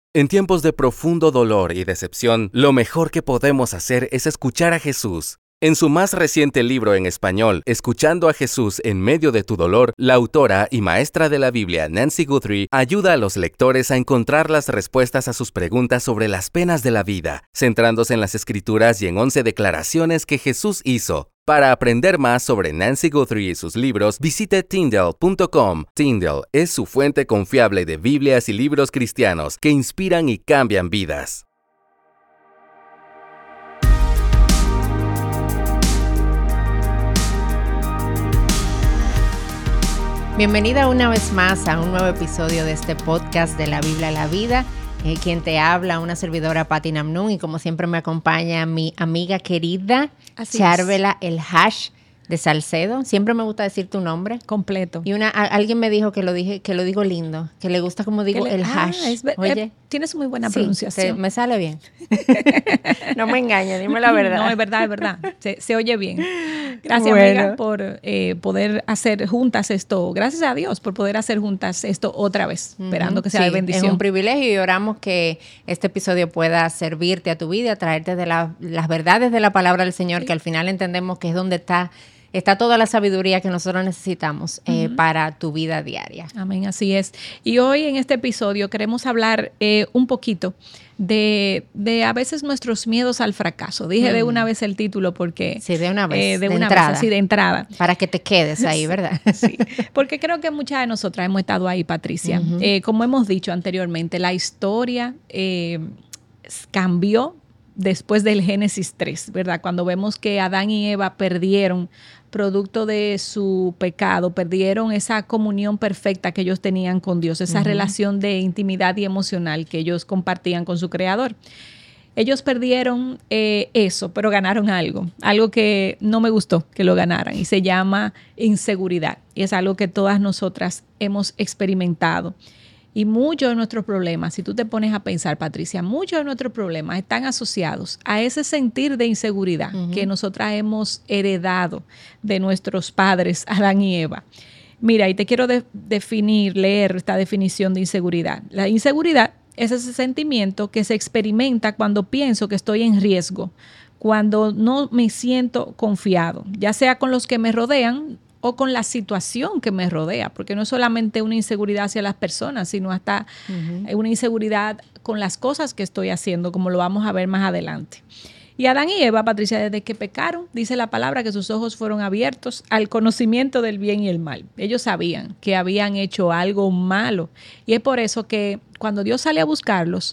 En tiempos de profundo dolor y decepción, lo mejor que podemos hacer es escuchar a Jesús. En su más reciente libro en español, Escuchando a Jesús en medio de tu dolor, la autora y maestra de la Biblia, Nancy Guthrie, ayuda a los lectores a encontrar las respuestas a sus preguntas sobre las penas de la vida, centrándose en las Escrituras y en 11 declaraciones que Jesús hizo. Para aprender más sobre Nancy Guthrie y sus libros, visite Tyndale.com. Tyndale es su fuente confiable de Biblias y libros cristianos que inspiran y cambian vidas. Bienvenida una vez más a un nuevo episodio de este podcast de la Biblia a la vida. Quien te habla, una servidora, Patti Namnun, y como siempre me acompaña mi amiga querida, Charvela El Hash de Salcedo. Siempre me gusta decir tu nombre completo. Y alguien me dijo que lo digo lindo, que le gusta como digo el hash. Oye, tienes muy buena pronunciación. Me sale bien. No me engañes, dime la verdad. No, es verdad. Se oye bien. Gracias, amiga, por poder hacer juntas esto. Gracias a Dios por poder hacer juntas esto otra vez, esperando que sea de bendición. Es un privilegio y oramos que este episodio pueda servirte a tu vida, traerte de las verdades de la palabra del Señor, que al final entendemos que es donde está toda la sabiduría que nosotros necesitamos para tu vida diaria. Amén, así es. Y hoy en este episodio queremos hablar un poquito de a veces nuestros miedos al fracaso. Dije de una vez el título porque... Sí, de una vez. De entrada. Para que te quedes ahí, ¿verdad? Sí, porque creo que muchas de nosotras hemos estado ahí, Patricia. Como hemos dicho anteriormente, la historia cambió después del Génesis 3, ¿verdad? Cuando vemos que Adán y Eva perdieron, producto de su pecado, perdieron esa comunión perfecta que ellos tenían con Dios, esa relación de intimidad y emocional que ellos compartían con su Creador. Ellos perdieron eso, pero ganaron algo que no me gustó que lo ganaran, y se llama inseguridad. Y es algo que todas nosotras hemos experimentado. Y muchos de nuestros problemas, si tú te pones a pensar, Patricia, muchos de nuestros problemas están asociados a ese sentir de inseguridad que nosotras hemos heredado de nuestros padres, Adán y Eva. Mira, y te quiero leer esta definición de inseguridad. La inseguridad es ese sentimiento que se experimenta cuando pienso que estoy en riesgo, cuando no me siento confiado, ya sea con los que me rodean o con la situación que me rodea, porque no es solamente una inseguridad hacia las personas, sino hasta una inseguridad con las cosas que estoy haciendo, como lo vamos a ver más adelante. Y Adán y Eva, Patricia, desde que pecaron, dice la palabra que sus ojos fueron abiertos al conocimiento del bien y el mal. Ellos sabían que habían hecho algo malo, y es por eso que cuando Dios sale a buscarlos,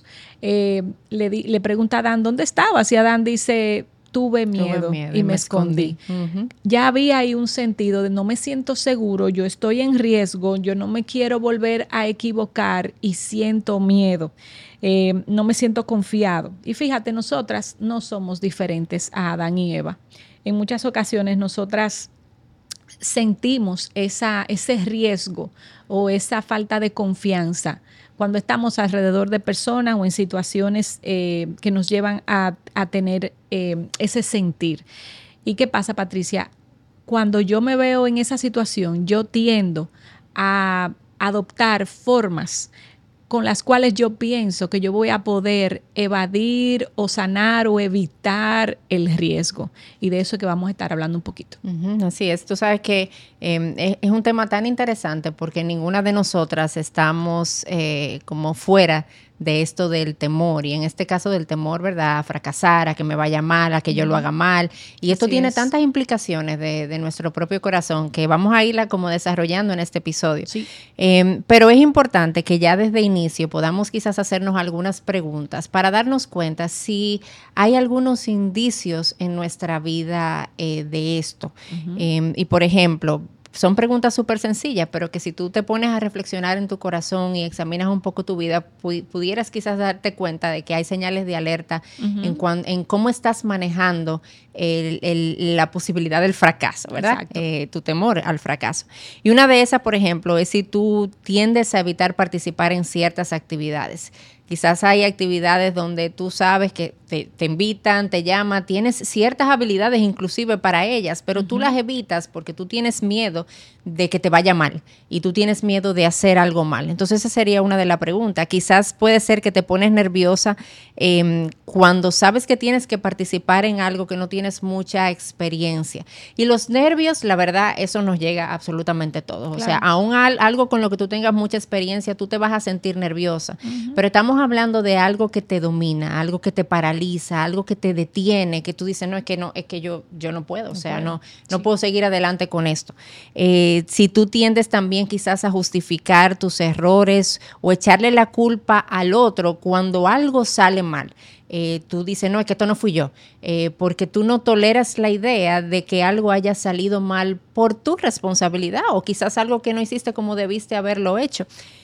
le pregunta a Adán, ¿dónde estabas? Y Adán dice, tuve miedo y me escondí. Ya había ahí un sentido de no me siento seguro, yo estoy en riesgo, yo no me quiero volver a equivocar y siento miedo, no me siento confiado. Y fíjate, nosotras no somos diferentes a Adán y Eva. En muchas ocasiones nosotras sentimos ese riesgo o esa falta de confianza cuando estamos alrededor de personas o en situaciones que nos llevan a tener ese sentir. ¿Y qué pasa, Patricia? Cuando yo me veo en esa situación, yo tiendo a adoptar formas con las cuales yo pienso que yo voy a poder evadir o sanar o evitar el riesgo. Y de eso es que vamos a estar hablando un poquito. Así es. Tú sabes que es un tema tan interesante porque ninguna de nosotras estamos como fuera de esto del temor, y en este caso del temor, ¿verdad?, a fracasar, a que me vaya mal, a que yo lo haga mal, y esto tiene tantas implicaciones de nuestro propio corazón que vamos a irla como desarrollando en este episodio. Sí. Pero es importante que ya desde inicio podamos quizás hacernos algunas preguntas para darnos cuenta si hay algunos indicios en nuestra vida de esto. Y por ejemplo, son preguntas súper sencillas, pero que si tú te pones a reflexionar en tu corazón y examinas un poco tu vida, pudieras quizás darte cuenta de que hay señales de alerta en cómo estás manejando la posibilidad del fracaso, ¿verdad? Tu temor al fracaso. Y una de esas, por ejemplo, es si tú tiendes a evitar participar en ciertas actividades. Quizás hay actividades donde tú sabes que te invitan, te llaman, tienes ciertas habilidades inclusive para ellas, pero tú las evitas porque tú tienes miedo de que te vaya mal y tú tienes miedo de hacer algo mal. Entonces esa sería una de las preguntas. Quizás puede ser que te pones nerviosa cuando sabes que tienes que participar en algo que no tienes mucha experiencia. Y los nervios, la verdad, eso nos llega absolutamente todos. Claro. O sea, aún algo con lo que tú tengas mucha experiencia, tú te vas a sentir nerviosa. Pero estamos hablando de algo que te domina, algo que te paraliza, algo que te detiene, que tú dices, no, es que yo no puedo, o sea, no puedo seguir adelante con esto. Si tú tiendes también quizás a justificar tus errores o echarle la culpa al otro cuando algo sale mal. Tú dices, no, es que esto no fui yo, porque tú no toleras la idea de que algo haya salido mal por tu responsabilidad o quizás algo que no hiciste como debiste haberlo hecho.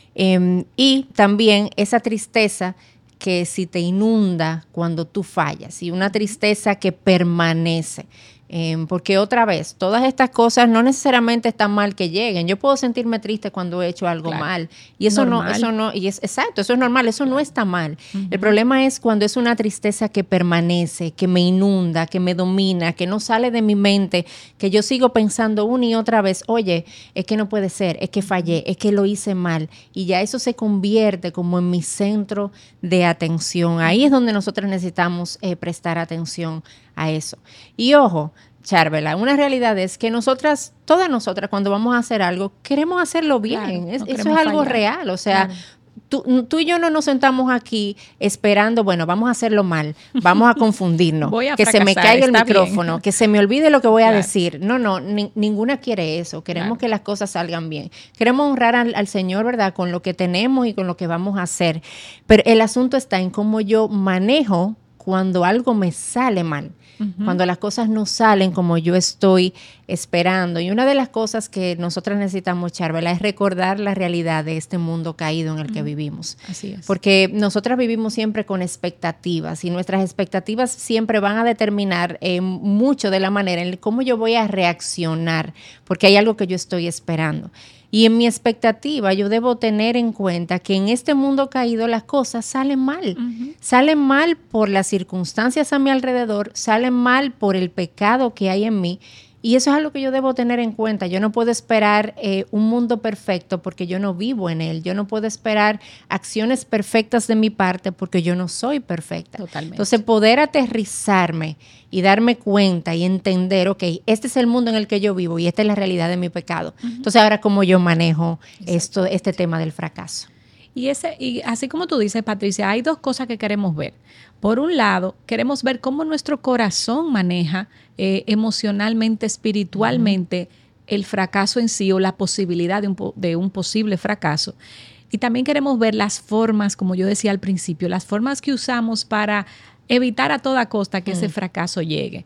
Y también esa tristeza que si te inunda cuando tú fallas y una tristeza que permanece. Porque otra vez, todas estas cosas no necesariamente están mal que lleguen. Yo puedo sentirme triste cuando he hecho algo mal. Y eso exacto, eso es normal, eso no está mal. El problema es cuando es una tristeza que permanece, que me inunda, que me domina, que no sale de mi mente, que yo sigo pensando una y otra vez, oye, es que no puede ser, es que fallé, es que lo hice mal. Y ya eso se convierte como en mi centro de atención. Ahí es donde nosotros necesitamos prestar atención a eso. Y ojo, Charvela, una realidad es que todas nosotras, cuando vamos a hacer algo, queremos hacerlo bien. Claro, eso es algo real. O sea, claro. Tú y yo no nos sentamos aquí esperando, bueno, vamos a hacerlo mal, vamos a confundirnos, que se me caiga el micrófono, que se me olvide lo que voy a decir. No, ninguna quiere eso. Queremos que las cosas salgan bien. Queremos honrar al Señor, ¿verdad? Con lo que tenemos y con lo que vamos a hacer. Pero el asunto está en cómo yo manejo cuando algo me sale mal. Cuando las cosas no salen como yo estoy esperando. Y una de las cosas que nosotras necesitamos, Charvela, es recordar la realidad de este mundo caído en el que vivimos. Así es. Porque nosotras vivimos siempre con expectativas y nuestras expectativas siempre van a determinar mucho de la manera en cómo yo voy a reaccionar, porque hay algo que yo estoy esperando. Y en mi expectativa yo debo tener en cuenta que en este mundo caído las cosas salen mal. Salen mal por las circunstancias a mi alrededor, salen mal por el pecado que hay en mí. Y eso es algo que yo debo tener en cuenta. Yo no puedo esperar un mundo perfecto porque yo no vivo en él. Yo no puedo esperar acciones perfectas de mi parte porque yo no soy perfecta. Totalmente. Entonces, poder aterrizarme y darme cuenta y entender, ok, este es el mundo en el que yo vivo y esta es la realidad de mi pecado. Entonces, ahora, ¿cómo yo manejo este tema del fracaso? Y así como tú dices, Patricia, hay dos cosas que queremos ver. Por un lado, queremos ver cómo nuestro corazón maneja emocionalmente, espiritualmente, el fracaso en sí o la posibilidad de un posible fracaso. Y también queremos ver las formas, como yo decía al principio, las formas que usamos para evitar a toda costa que ese fracaso llegue.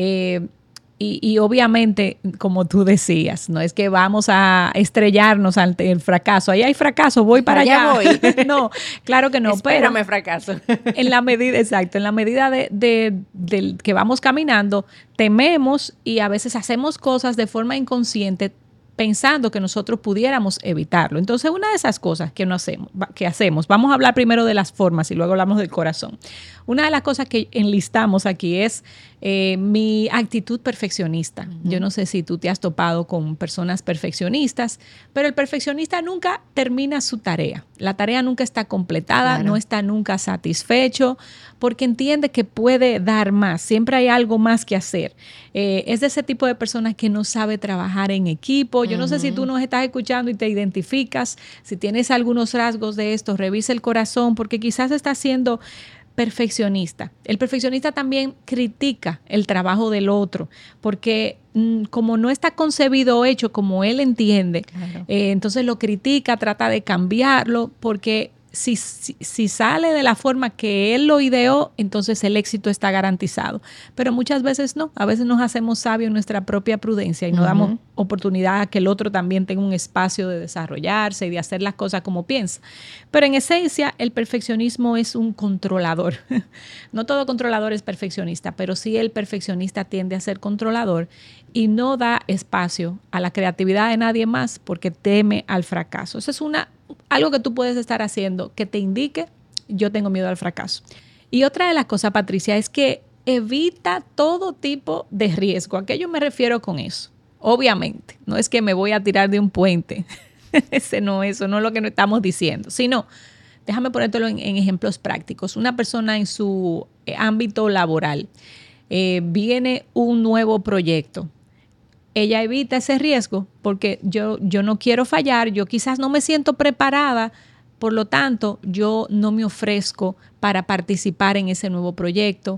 Y obviamente, como tú decías, no es que vamos a estrellarnos ante el fracaso. Ahí hay fracaso, voy para allá. Voy. No, claro que no. Espérame, fracaso. En la medida de que vamos caminando, tememos y a veces hacemos cosas de forma inconsciente pensando que nosotros pudiéramos evitarlo. Entonces, una de esas cosas que hacemos, vamos a hablar primero de las formas y luego hablamos del corazón. Una de las cosas que enlistamos aquí es mi actitud perfeccionista. Yo no sé si tú te has topado con personas perfeccionistas, pero el perfeccionista nunca termina su tarea. La tarea nunca está completada, no está nunca satisfecho, porque entiende que puede dar más. Siempre hay algo más que hacer. Es de ese tipo de personas que no sabe trabajar en equipo. Yo no sé si tú nos estás escuchando y te identificas. Si tienes algunos rasgos de esto, revisa el corazón, porque quizás estás siendo perfeccionista. El perfeccionista también critica el trabajo del otro, porque como no está concebido o hecho como él entiende, entonces lo critica, trata de cambiarlo, porque si sale de la forma que él lo ideó, entonces el éxito está garantizado. Pero muchas veces no. A veces nos hacemos sabios en nuestra propia prudencia y no damos oportunidad a que el otro también tenga un espacio de desarrollarse y de hacer las cosas como piensa. Pero en esencia, el perfeccionismo es un controlador. No todo controlador es perfeccionista, pero sí el perfeccionista tiende a ser controlador y no da espacio a la creatividad de nadie más porque teme al fracaso. Eso es algo que tú puedes estar haciendo que te indique, yo tengo miedo al fracaso. Y otra de las cosas, Patricia, es que evita todo tipo de riesgo. ¿A qué yo me refiero con eso? Obviamente, no es que me voy a tirar de un puente. Eso no es lo que nos estamos diciendo, sino, déjame ponértelo en ejemplos prácticos. Una persona en su ámbito laboral, viene un nuevo proyecto. Ella evita ese riesgo porque yo no quiero fallar, yo quizás no me siento preparada, por lo tanto, yo no me ofrezco para participar en ese nuevo proyecto.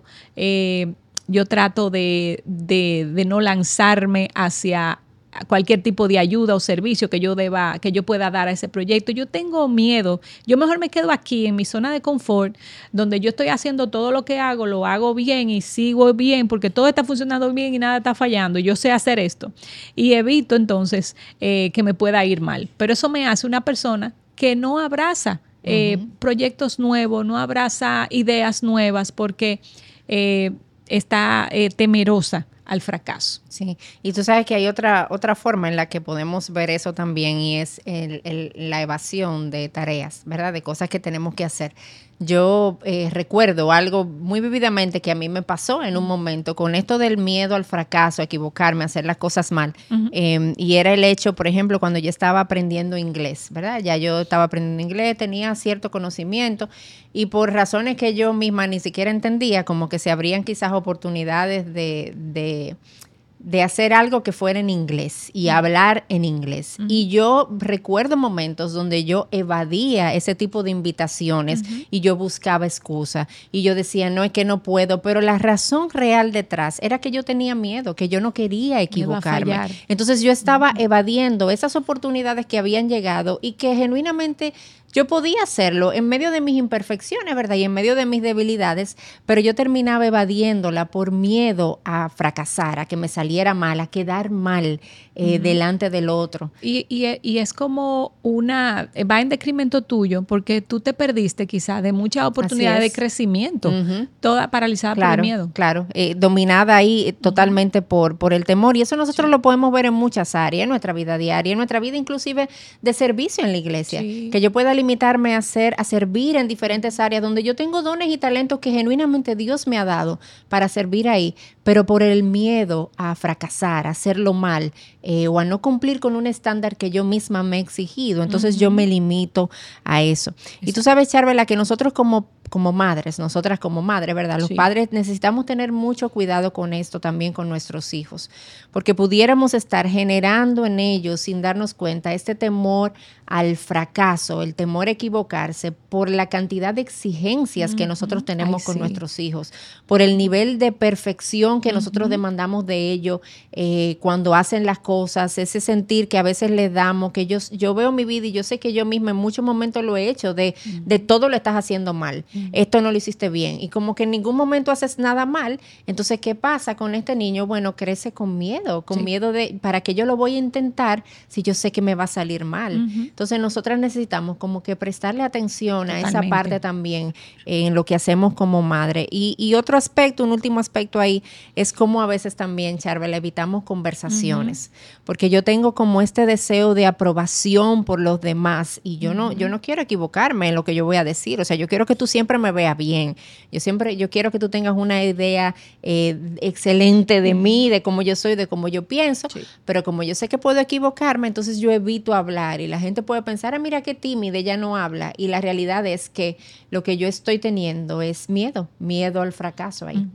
Yo trato de no lanzarme hacia cualquier tipo de ayuda o servicio que yo pueda dar a ese proyecto. Yo tengo miedo. Yo mejor me quedo aquí en mi zona de confort, donde yo estoy haciendo todo lo que hago, lo hago bien y sigo bien, porque todo está funcionando bien y nada está fallando. Yo sé hacer esto. Y evito entonces que me pueda ir mal. Pero eso me hace una persona que no abraza proyectos nuevos, no abraza ideas nuevas, porque está temerosa al fracaso. Sí, y tú sabes que hay otra forma en la que podemos ver eso también, y es la evasión de tareas, ¿verdad? De cosas que tenemos que hacer. Yo recuerdo algo muy vívidamente que a mí me pasó en un momento con esto del miedo al fracaso, a equivocarme, a hacer las cosas mal. Y era el hecho, por ejemplo, cuando yo estaba aprendiendo inglés, ¿verdad? Ya yo estaba aprendiendo inglés, tenía cierto conocimiento y por razones que yo misma ni siquiera entendía, como que se abrían quizás oportunidades de hacer algo que fuera en inglés y hablar en inglés. Y yo recuerdo momentos donde yo evadía ese tipo de invitaciones y yo buscaba excusa y yo decía, no, es que no puedo, pero la razón real detrás era que yo tenía miedo, que yo no quería equivocarme. Entonces yo estaba evadiendo esas oportunidades que habían llegado y que genuinamente yo podía hacerlo en medio de mis imperfecciones, ¿verdad? Y en medio de mis debilidades, pero yo terminaba evadiéndola por miedo a fracasar, a que me saliera mal, a quedar mal delante del otro. Y es como va en detrimento tuyo, porque tú te perdiste quizás de muchas oportunidades de crecimiento, toda paralizada por el miedo. Claro, dominada ahí totalmente por el temor. Y eso nosotros lo podemos ver en muchas áreas, en nuestra vida diaria, en nuestra vida inclusive de servicio en la iglesia. Que yo pueda limitarme a servir en diferentes áreas donde yo tengo dones y talentos que genuinamente Dios me ha dado para servir ahí, pero por el miedo a fracasar, a hacerlo mal, o a no cumplir con un estándar que yo misma me he exigido. Entonces yo me limito a eso. Exacto. Y tú sabes, Charvela, que nosotros como madres, nosotras como madres, ¿verdad? Los padres necesitamos tener mucho cuidado con esto también con nuestros hijos, porque pudiéramos estar generando en ellos, sin darnos cuenta, este temor al fracaso, el temor a equivocarse por la cantidad de exigencias que nosotros tenemos con nuestros hijos, por el nivel de perfección que nosotros demandamos de ellos cuando hacen las cosas, ese sentir que a veces les damos, que yo veo mi vida y yo sé que yo misma en muchos momentos lo he hecho, de todo lo estás haciendo mal. Esto no lo hiciste bien. Y como que en ningún momento haces nada mal. Entonces, ¿qué pasa con este niño? Bueno, crece con miedo de, ¿para qué yo lo voy a intentar si yo sé que me va a salir mal? Entonces, nosotras necesitamos como que prestarle atención a esa parte también en lo que hacemos como madre. Y otro aspecto, un último aspecto ahí, es cómo a veces también, Charvela, evitamos conversaciones. Porque yo tengo como este deseo de aprobación por los demás y yo no quiero equivocarme en lo que yo voy a decir. O sea, yo quiero que tú siempre me veas bien. Yo quiero que tú tengas una idea excelente de mí, de cómo yo soy, de cómo yo pienso, pero como yo sé que puedo equivocarme, entonces yo evito hablar y la gente puede pensar, mira qué tímida, ella no habla, y la realidad es que lo que yo estoy teniendo es miedo al fracaso ahí.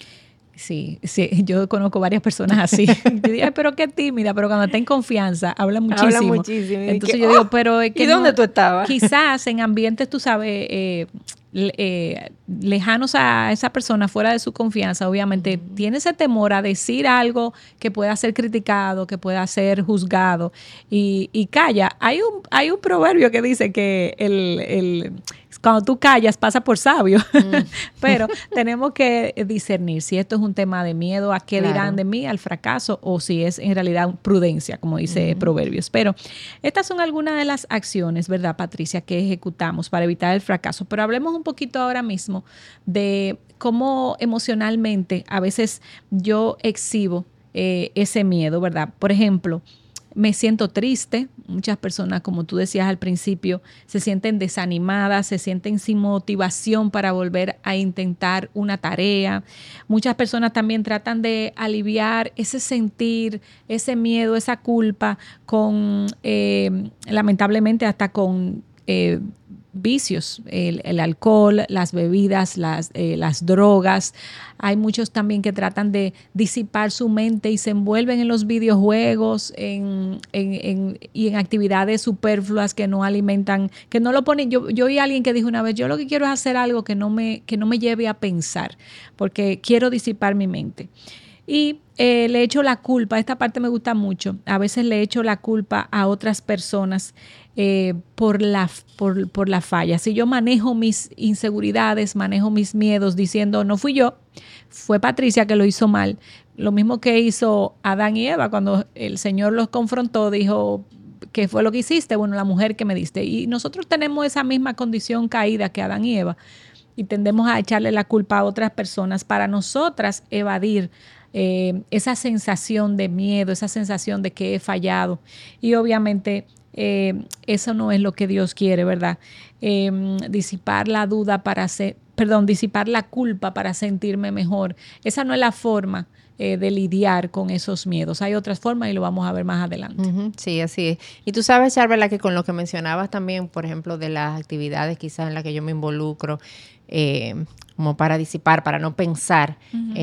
Sí, yo conozco varias personas así. Yo digo, pero qué tímida, pero cuando está en confianza, habla muchísimo. Entonces yo digo, pero es que ¿y dónde tú estabas? Quizás en ambientes, tú sabes, lejanos a esa persona, fuera de su confianza, obviamente tiene ese temor a decir algo que pueda ser criticado, que pueda ser juzgado, y calla. Hay un proverbio que dice que cuando tú callas pasa por sabio, pero tenemos que discernir si esto es un tema de miedo a qué dirán de mí, al fracaso, o si es en realidad prudencia, como dice Proverbios. Pero estas son algunas de las acciones, ¿verdad, Patricia?, que ejecutamos para evitar el fracaso. Pero hablemos un poquito ahora mismo de cómo emocionalmente a veces yo exhibo ese miedo, ¿verdad? Por ejemplo, me siento triste. Muchas personas, como tú decías al principio, se sienten desanimadas, se sienten sin motivación para volver a intentar una tarea. Muchas personas también tratan de aliviar ese sentir, ese miedo, esa culpa con, lamentablemente, hasta con vicios, el alcohol, las bebidas, las drogas. Hay muchos también que tratan de disipar su mente y se envuelven en los videojuegos y en actividades superfluas que no alimentan, que no lo ponen. Yo oí a alguien que dijo una vez, yo lo que quiero es hacer algo que no me lleve a pensar, porque quiero disipar mi mente. Y le echo la culpa, esta parte me gusta mucho, a veces le echo la culpa a otras personas por la falla. Si yo manejo mis inseguridades, manejo mis miedos diciendo no fui yo, fue Patricia que lo hizo mal. Lo mismo que hizo Adán y Eva cuando el Señor los confrontó, dijo, ¿qué fue lo que hiciste? Bueno, la mujer que me diste. Y nosotros tenemos esa misma condición caída que Adán y Eva y tendemos a echarle la culpa a otras personas para nosotras evadir esa sensación de miedo, esa sensación de que he fallado. Y obviamente eso no es lo que Dios quiere, ¿verdad? Disipar la duda disipar la culpa para sentirme mejor. Esa no es la forma de lidiar con esos miedos. Hay otras formas y lo vamos a ver más adelante. Sí, así es. Y tú sabes, Charvela, que con lo que mencionabas también, por ejemplo, de las actividades quizás en las que yo me involucro, como para disipar, para no pensar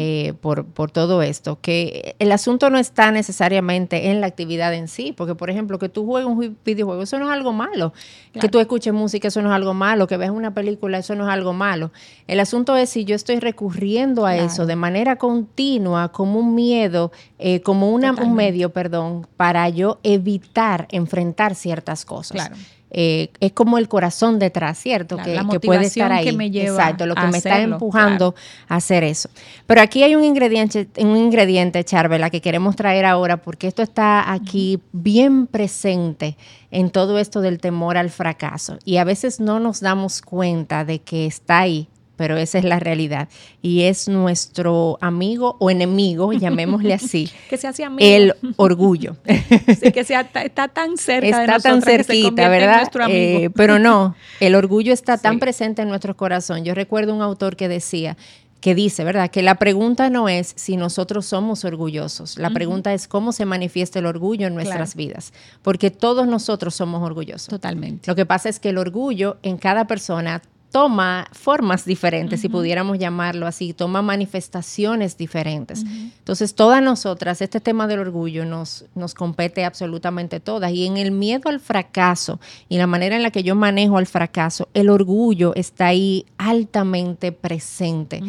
por todo esto, que el asunto no está necesariamente en la actividad en sí, porque por ejemplo que tú juegues un videojuego, eso no es algo malo, claro. Que tú escuches música, eso no es algo malo, que veas una película, eso no es algo malo. El asunto es si yo estoy recurriendo a eso de manera continua, como un miedo, como un medio, para yo evitar enfrentar ciertas cosas. Claro. Es como el corazón detrás, ¿cierto? Claro, que puede estar ahí. Que me lleva exacto, lo que me está empujando a hacer eso. Pero aquí hay un ingrediente, Charvela, que queremos traer ahora, porque esto está aquí bien presente en todo esto del temor al fracaso. Y a veces no nos damos cuenta de que está ahí, pero esa es la realidad. Y es nuestro amigo o enemigo, llamémosle así. Que se hace amigo. El orgullo. Sí, que está tan cerca de nosotros. Está tan cerquita, ¿verdad? En nuestro amigo. Pero no, el orgullo está tan presente en nuestro corazón. Yo recuerdo un autor que dice, ¿verdad? Que la pregunta no es si nosotros somos orgullosos. La pregunta es cómo se manifiesta el orgullo en nuestras vidas. Porque todos nosotros somos orgullosos. Totalmente. Lo que pasa es que el orgullo en cada persona toma formas diferentes, si pudiéramos llamarlo así, toma manifestaciones diferentes. Entonces, todas nosotras, este tema del orgullo nos compete absolutamente todas. Y en el miedo al fracaso y la manera en la que yo manejo el fracaso, el orgullo está ahí altamente presente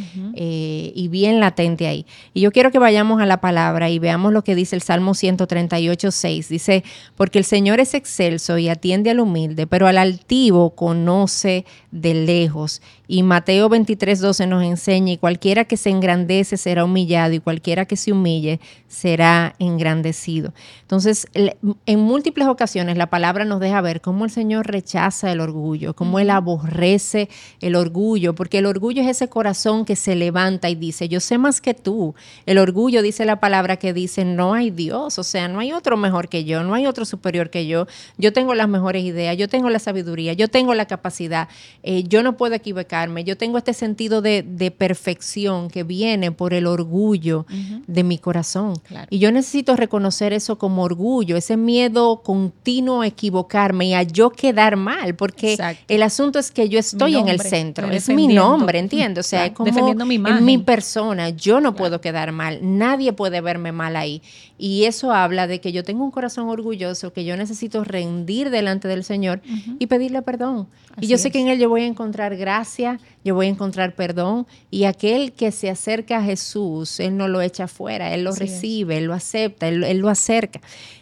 y bien latente ahí. Y yo quiero que vayamos a la palabra y veamos lo que dice el Salmo 138:6. Dice, porque el Señor es excelso y atiende al humilde, pero al altivo conoce de lejos. Y Mateo 23:12 nos enseña, y cualquiera que se engrandece será humillado, y cualquiera que se humille será engrandecido. Entonces, en múltiples ocasiones la palabra nos deja ver cómo el Señor rechaza el orgullo, cómo Él aborrece el orgullo, porque el orgullo es ese corazón que se levanta y dice, yo sé más que tú. El orgullo, dice la palabra, que dice, no hay Dios, o sea, no hay otro mejor que yo, no hay otro superior que yo tengo las mejores ideas, yo tengo la sabiduría, yo tengo la capacidad, yo no puedo equivocarme, yo tengo este sentido de perfección que viene por el orgullo de mi corazón. Claro. Y yo necesito reconocer eso como orgullo, ese miedo continuo a equivocarme y a yo quedar mal, porque el asunto es que yo estoy en el centro, es mi nombre, ¿entiendes? O sea, es como defendiendo mi imagen. Es mi persona, yo no puedo quedar mal, nadie puede verme mal ahí. Y eso habla de que yo tengo un corazón orgulloso, que yo necesito rendir delante del Señor y pedirle perdón. Así y yo sé que en Él yo voy a encontrar gracia, yo voy a encontrar perdón, y aquel que se acerca a Jesús, Él no lo echa fuera, Él lo recibe, Él lo acepta, Él lo acerca.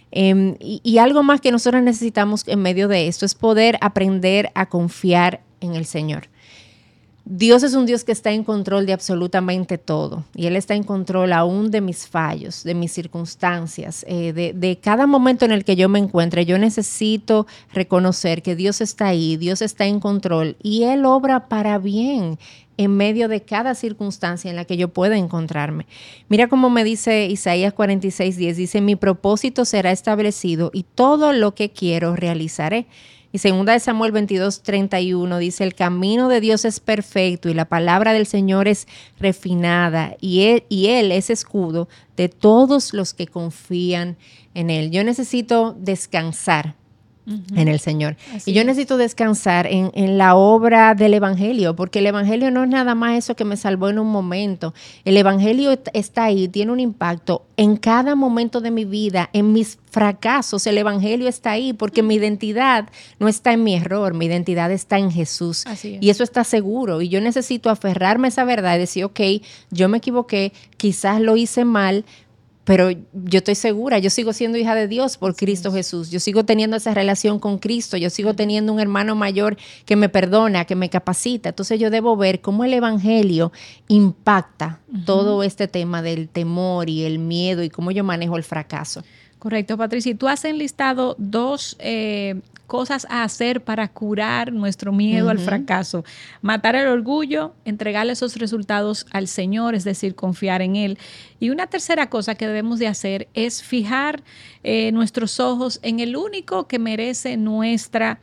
Y algo más que nosotros necesitamos en medio de esto es poder aprender a confiar en el Señor. Dios es un Dios que está en control de absolutamente todo y Él está en control aún de mis fallos, de mis circunstancias, de cada momento en el que yo me encuentre. Yo necesito reconocer que Dios está ahí, Dios está en control y Él obra para bien en medio de cada circunstancia en la que yo pueda encontrarme. Mira cómo me dice Isaías 46:10, dice, mi propósito será establecido y todo lo que quiero realizaré. Y 2 Samuel 22:31 dice, el camino de Dios es perfecto y la palabra del Señor es refinada y él es escudo de todos los que confían en Él. Yo necesito descansar en el Señor. Así y yo es. necesito descansar en la obra del Evangelio, porque el Evangelio no es nada más eso que me salvó en un momento. El Evangelio está ahí, tiene un impacto en cada momento de mi vida, en mis fracasos. El Evangelio está ahí, porque mi identidad no está en mi error, mi identidad está en Jesús. Así es. Y eso está seguro. Y yo necesito aferrarme a esa verdad y decir, ok, yo me equivoqué, quizás lo hice mal, pero yo estoy segura, yo sigo siendo hija de Dios por Cristo Jesús. Yo sigo teniendo esa relación con Cristo. Yo sigo teniendo un hermano mayor que me perdona, que me capacita. Entonces yo debo ver cómo el Evangelio impacta todo este tema del temor y el miedo y cómo yo manejo el fracaso. Correcto, Patricia. Tú has enlistado dos cosas a hacer para curar nuestro miedo al fracaso. Matar el orgullo, entregarle esos resultados al Señor, es decir, confiar en Él. Y una tercera cosa que debemos de hacer es fijar nuestros ojos en el único que merece nuestra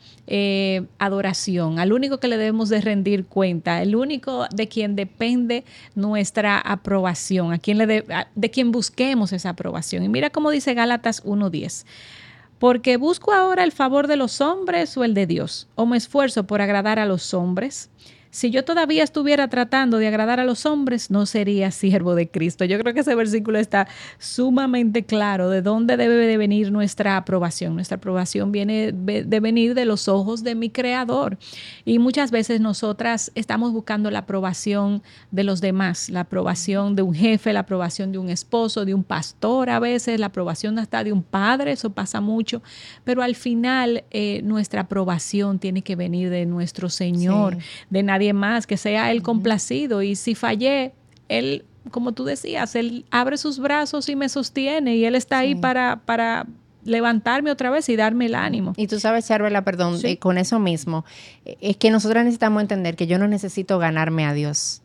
adoración, al único que le debemos de rendir cuenta, el único de quien depende nuestra aprobación, de quien busquemos esa aprobación. Y mira cómo dice Gálatas 1:10. Porque busco ahora el favor de los hombres o el de Dios, o me esfuerzo por agradar a los hombres. Si yo todavía estuviera tratando de agradar a los hombres, no sería siervo de Cristo. Yo creo que ese versículo está sumamente claro de dónde debe de venir nuestra aprobación. Nuestra aprobación viene de venir de los ojos de mi Creador. Y muchas veces nosotras estamos buscando la aprobación de los demás, la aprobación de un jefe, la aprobación de un esposo, de un pastor a veces, la aprobación hasta de un padre, eso pasa mucho. Pero al final nuestra aprobación tiene que venir de nuestro Señor, de nadie más, que sea Él complacido. Y si fallé, Él, como tú decías, Él abre sus brazos y me sostiene y Él está ahí para levantarme otra vez y darme el ánimo. Y tú sabes, Charvela, perdón, con eso mismo, es que nosotros necesitamos entender que yo no necesito ganarme a Dios.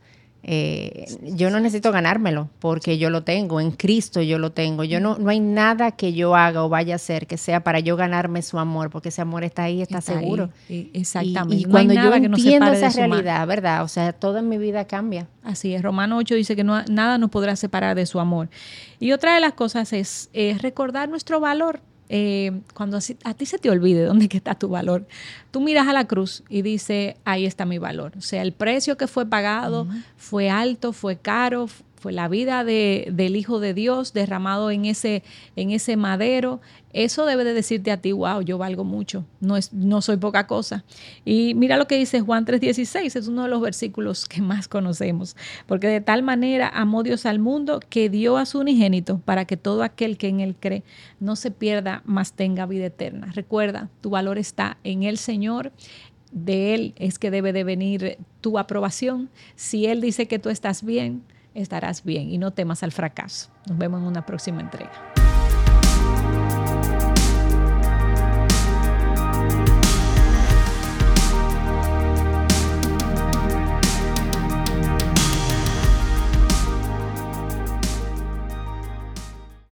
Yo no necesito ganármelo porque yo lo tengo, en Cristo yo lo tengo. Yo no hay nada que yo haga o vaya a hacer que sea para yo ganarme su amor, porque ese amor está ahí, está seguro. Ahí. Exactamente. Y cuando yo entiendo esa realidad, ¿verdad? O sea, todo en mi vida cambia. Así es. Romanos 8 dice que nada nos podrá separar de su amor. Y otra de las cosas es recordar nuestro valor. Cuando a ti se te olvide dónde que está tu valor, tú miras a la cruz y dices, ahí está mi valor. O sea, el precio que fue pagado fue alto, fue caro, fue la vida del Hijo de Dios derramado en ese madero. Eso debe de decirte a ti, wow, yo valgo mucho, no soy poca cosa. Y mira lo que dice Juan 3:16, es uno de los versículos que más conocemos. Porque de tal manera amó Dios al mundo que dio a su unigénito para que todo aquel que en Él cree no se pierda, mas tenga vida eterna. Recuerda, tu valor está en el Señor. De Él es que debe de venir tu aprobación. Si Él dice que tú estás bien, estarás bien y no temas al fracaso. Nos vemos en una próxima entrega.